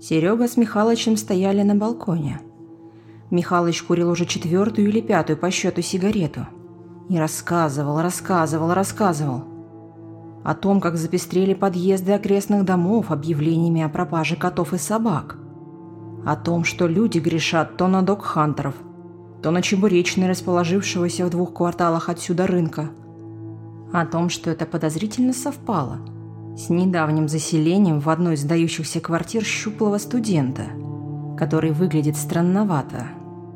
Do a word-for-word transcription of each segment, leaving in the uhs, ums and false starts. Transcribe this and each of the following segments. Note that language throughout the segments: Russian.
Серега с Михалычем стояли на балконе. Михалыч курил уже четвертую или пятую по счету сигарету. И рассказывал, рассказывал, рассказывал. О том, как запестрели подъезды окрестных домов объявлениями о пропаже котов и собак. О том, что люди грешат то на догхантеров, то на чебуречный, расположившегося в двух кварталах отсюда рынка. О том, что это подозрительно совпало с недавним заселением в одной из сдающихся квартир щуплого студента, который выглядит странновато.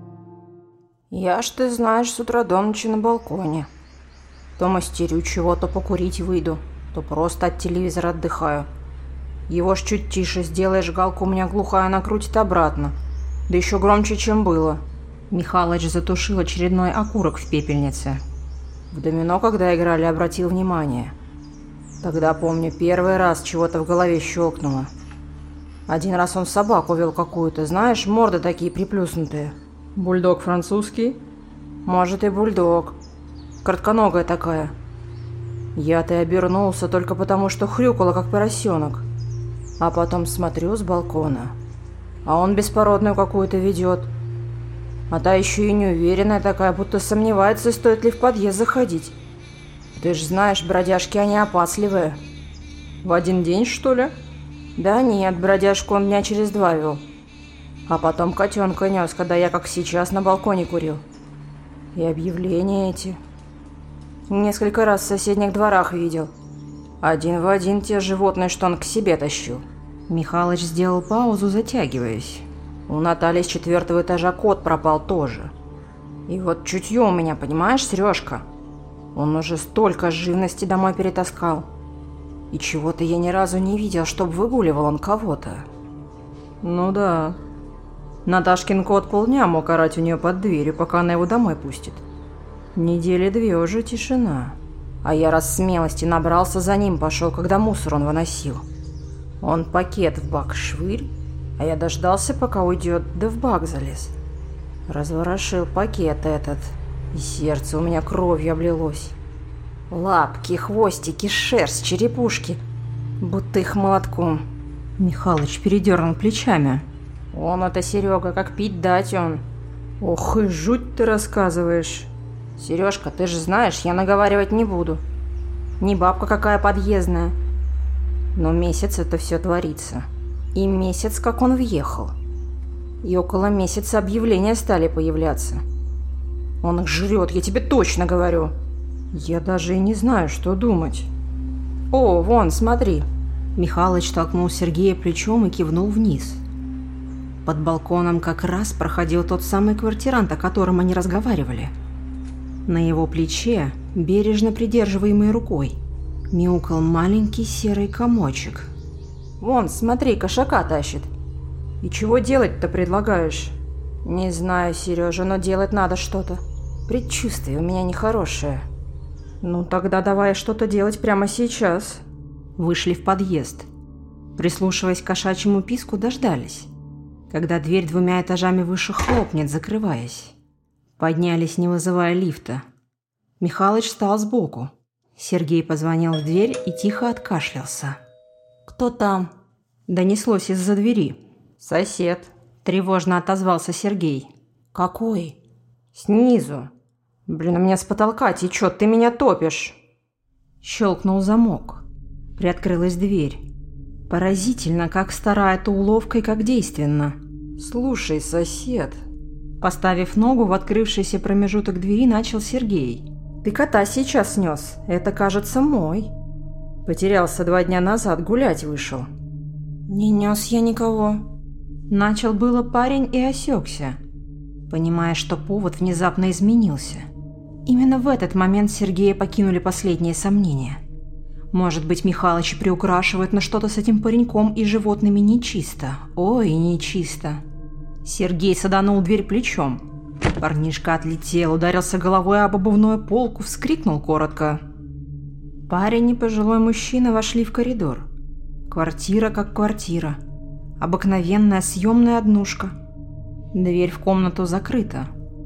«Я ж, ты знаешь, с утра до ночи на балконе. То мастерю чего, то покурить выйду, то просто от телевизора отдыхаю. Его ж чуть тише сделаешь, галка у меня глухая, накрутит обратно. Да еще громче, чем было». Михалыч затушил очередной окурок в пепельнице. В домино, когда играли, обратил внимание. Тогда, помню, первый раз чего-то в голове щелкнуло. Один раз он собаку вел какую-то, знаешь, морды такие приплюснутые. Бульдог французский? Может, и бульдог. Коротконогая такая. Я-то и обернулся только потому, что хрюкала, как поросенок. А потом смотрю с балкона. А он беспородную какую-то ведет. А та еще и неуверенная такая, будто сомневается, стоит ли в подъезд заходить. Ты ж знаешь, бродяжки, они опасливые. В один день, что ли? Да нет, бродяжку он дня через два вел. А потом котенка нес, когда я, как сейчас, на балконе курил. И объявления эти. Несколько раз в соседних дворах видел. Один в один те животные, что он к себе тащил. Михалыч сделал паузу, затягиваясь. У Натальи с четвертого этажа кот пропал тоже. И вот чутье у меня, понимаешь, Сережка? Он уже столько живности домой перетаскал. И чего-то я ни разу не видел, чтоб выгуливал он кого-то. Ну да. Наташкин кот полдня мог орать у нее под дверью, пока она его домой пустит. Недели две уже тишина. А я раз смелости набрался, за ним пошел, когда мусор он выносил. Он пакет в бак швырь, а я дождался, пока уйдет, да в бак залез. Разворошил пакет этот, и сердце у меня кровью облилось. Лапки, хвостики, шерсть, черепушки, будто их молотком. Михалыч передернул плечами. Он это, Серега, как пить дать он. Ох и жуть ты рассказываешь. Сережка, ты же знаешь, я наговаривать не буду. Не бабка какая подъездная. Но месяц это все творится. И месяц, как он въехал. И около месяца объявления стали появляться. Он их жрет, я тебе точно говорю. Я даже и не знаю, что думать. О, вон, смотри. Михалыч толкнул Сергея плечом и кивнул вниз. Под балконом как раз проходил тот самый квартирант, о котором они разговаривали. На его плече, бережно придерживаемой рукой, мяукал маленький серый комочек. Вон, смотри, кошака тащит. И чего делать-то предлагаешь? Не знаю, Сережа, но делать надо что-то. Предчувствие у меня нехорошее. Ну тогда давай что-то делать прямо сейчас. Вышли в подъезд. Прислушиваясь к кошачьему писку, дождались, когда дверь двумя этажами выше хлопнет, закрываясь. Поднялись, не вызывая лифта. Михалыч встал сбоку. Сергей позвонил в дверь и тихо откашлялся. «Кто там?» Донеслось из-за двери. «Сосед», – тревожно отозвался Сергей. «Какой?» «Снизу. Блин, у меня с потолка течет, ты меня топишь». Щелкнул замок. Приоткрылась дверь. Поразительно, как стара эта уловка и как действенно. «Слушай, сосед», – поставив ногу в открывшийся промежуток двери, начал Сергей. «Ты кота сейчас снес. Это, кажется, мой. Потерялся два дня назад, гулять вышел». «Не нес я никого». Начал было парень и осекся, понимая, что повод внезапно изменился. Именно в этот момент Сергея покинули последние сомнения. Может быть, Михалыч приукрашивает, но что-то с этим пареньком и животными нечисто. Ой, нечисто. Сергей саданул дверь плечом. Парнишка отлетел, ударился головой об обувную полку, вскрикнул коротко. Парень и пожилой мужчина вошли в коридор. Квартира как квартира. Обыкновенная съемная однушка. Дверь в комнату закрыта,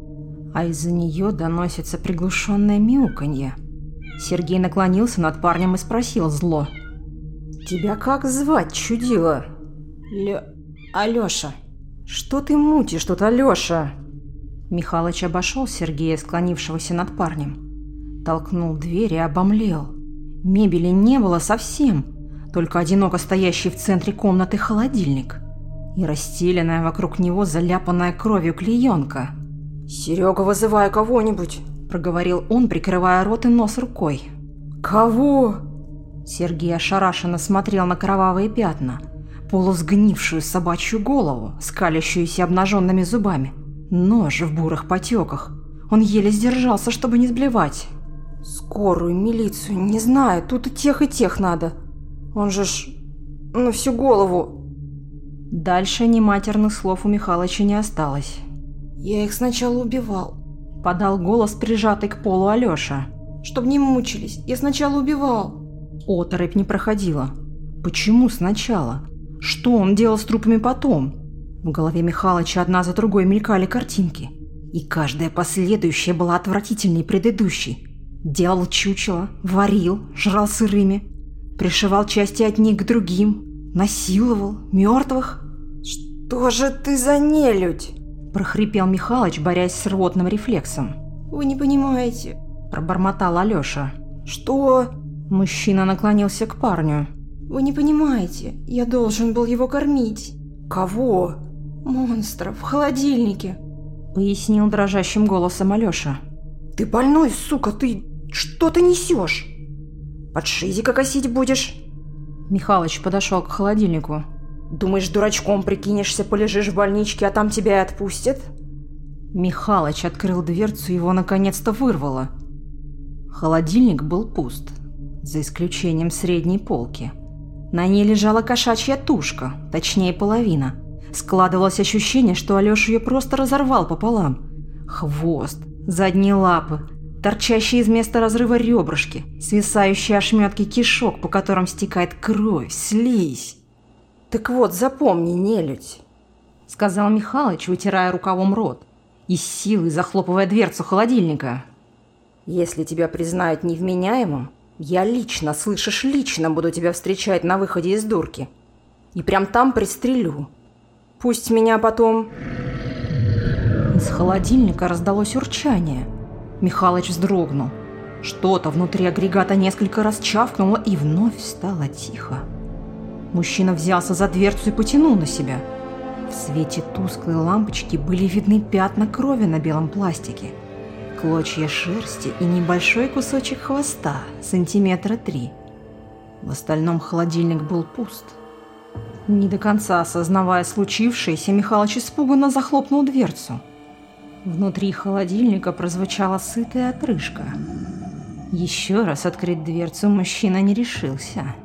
а из-за нее доносится приглушенное мяуканье. Сергей наклонился над парнем и спросил зло. «Тебя как звать, чудило?» Ля... Алёша, что ты мутишь тут, Алёша? Михалыч обошел Сергея, склонившегося над парнем. Толкнул дверь и обомлел. Мебели не было совсем, только одиноко стоящий в центре комнаты холодильник и расстеленная вокруг него заляпанная кровью клеенка. «Серега, вызывай кого-нибудь!» – проговорил он, прикрывая рот и нос рукой. «Кого?» Сергей ошарашенно смотрел на кровавые пятна, полусгнившую собачью голову, скалящуюся обнаженными зубами, нож в бурых потеках. Он еле сдержался, чтобы не сблевать. «Скорую, милицию, не знаю, тут и тех, и тех надо. Он же ж... на всю голову...» Дальше ни матерных слов у Михалыча не осталось. «Я их сначала убивал», – подал голос, прижатый к полу Алёша. «Чтоб не мучились, я сначала убивал». Оторопь не проходила. Почему сначала? Что он делал с трупами потом? В голове Михалыча одна за другой мелькали картинки. И каждая последующая была отвратительней предыдущей. Делал чучело, варил, жрал сырыми, пришивал части от них к другим, насиловал мертвых. «Что же ты за нелюдь?» – прохрипел Михалыч, борясь с рвотным рефлексом. «Вы не понимаете», – пробормотал Алёша. «Что?» Мужчина наклонился к парню. «Вы не понимаете, я должен был его кормить». «Кого?» «Монстра в холодильнике», – пояснил дрожащим голосом Алёша. «Ты больной, сука, ты... что ты несешь? Под шизика косить будешь?» Михалыч подошел к холодильнику. «Думаешь, дурачком прикинешься, полежишь в больничке, а там тебя и отпустят?» Михалыч открыл дверцу, его наконец-то вырвало. Холодильник был пуст, за исключением средней полки. На ней лежала кошачья тушка, точнее половина. Складывалось ощущение, что Алёша ее просто разорвал пополам. Хвост, задние лапы, торчащие из места разрыва ребрышки, свисающие ошметки кишок, по которым стекает кровь, слизь. «Так вот, запомни, нелюдь», — сказал Михалыч, вытирая рукавом рот и с силой захлопывая дверцу холодильника. «Если тебя признают невменяемым, я лично, слышишь, лично буду тебя встречать на выходе из дурки. И прям там пристрелю. Пусть меня потом...» Из холодильника раздалось урчание. Михалыч вздрогнул. Что-то внутри агрегата несколько раз чавкнуло, и вновь стало тихо. Мужчина взялся за дверцу и потянул на себя. В свете тусклой лампочки были видны пятна крови на белом пластике, клочья шерсти и небольшой кусочек хвоста, сантиметра три. В остальном холодильник был пуст. Не до конца осознавая случившееся, Михалыч испуганно захлопнул дверцу. Внутри холодильника прозвучала сытая отрыжка. Еще раз открыть дверцу мужчина не решился.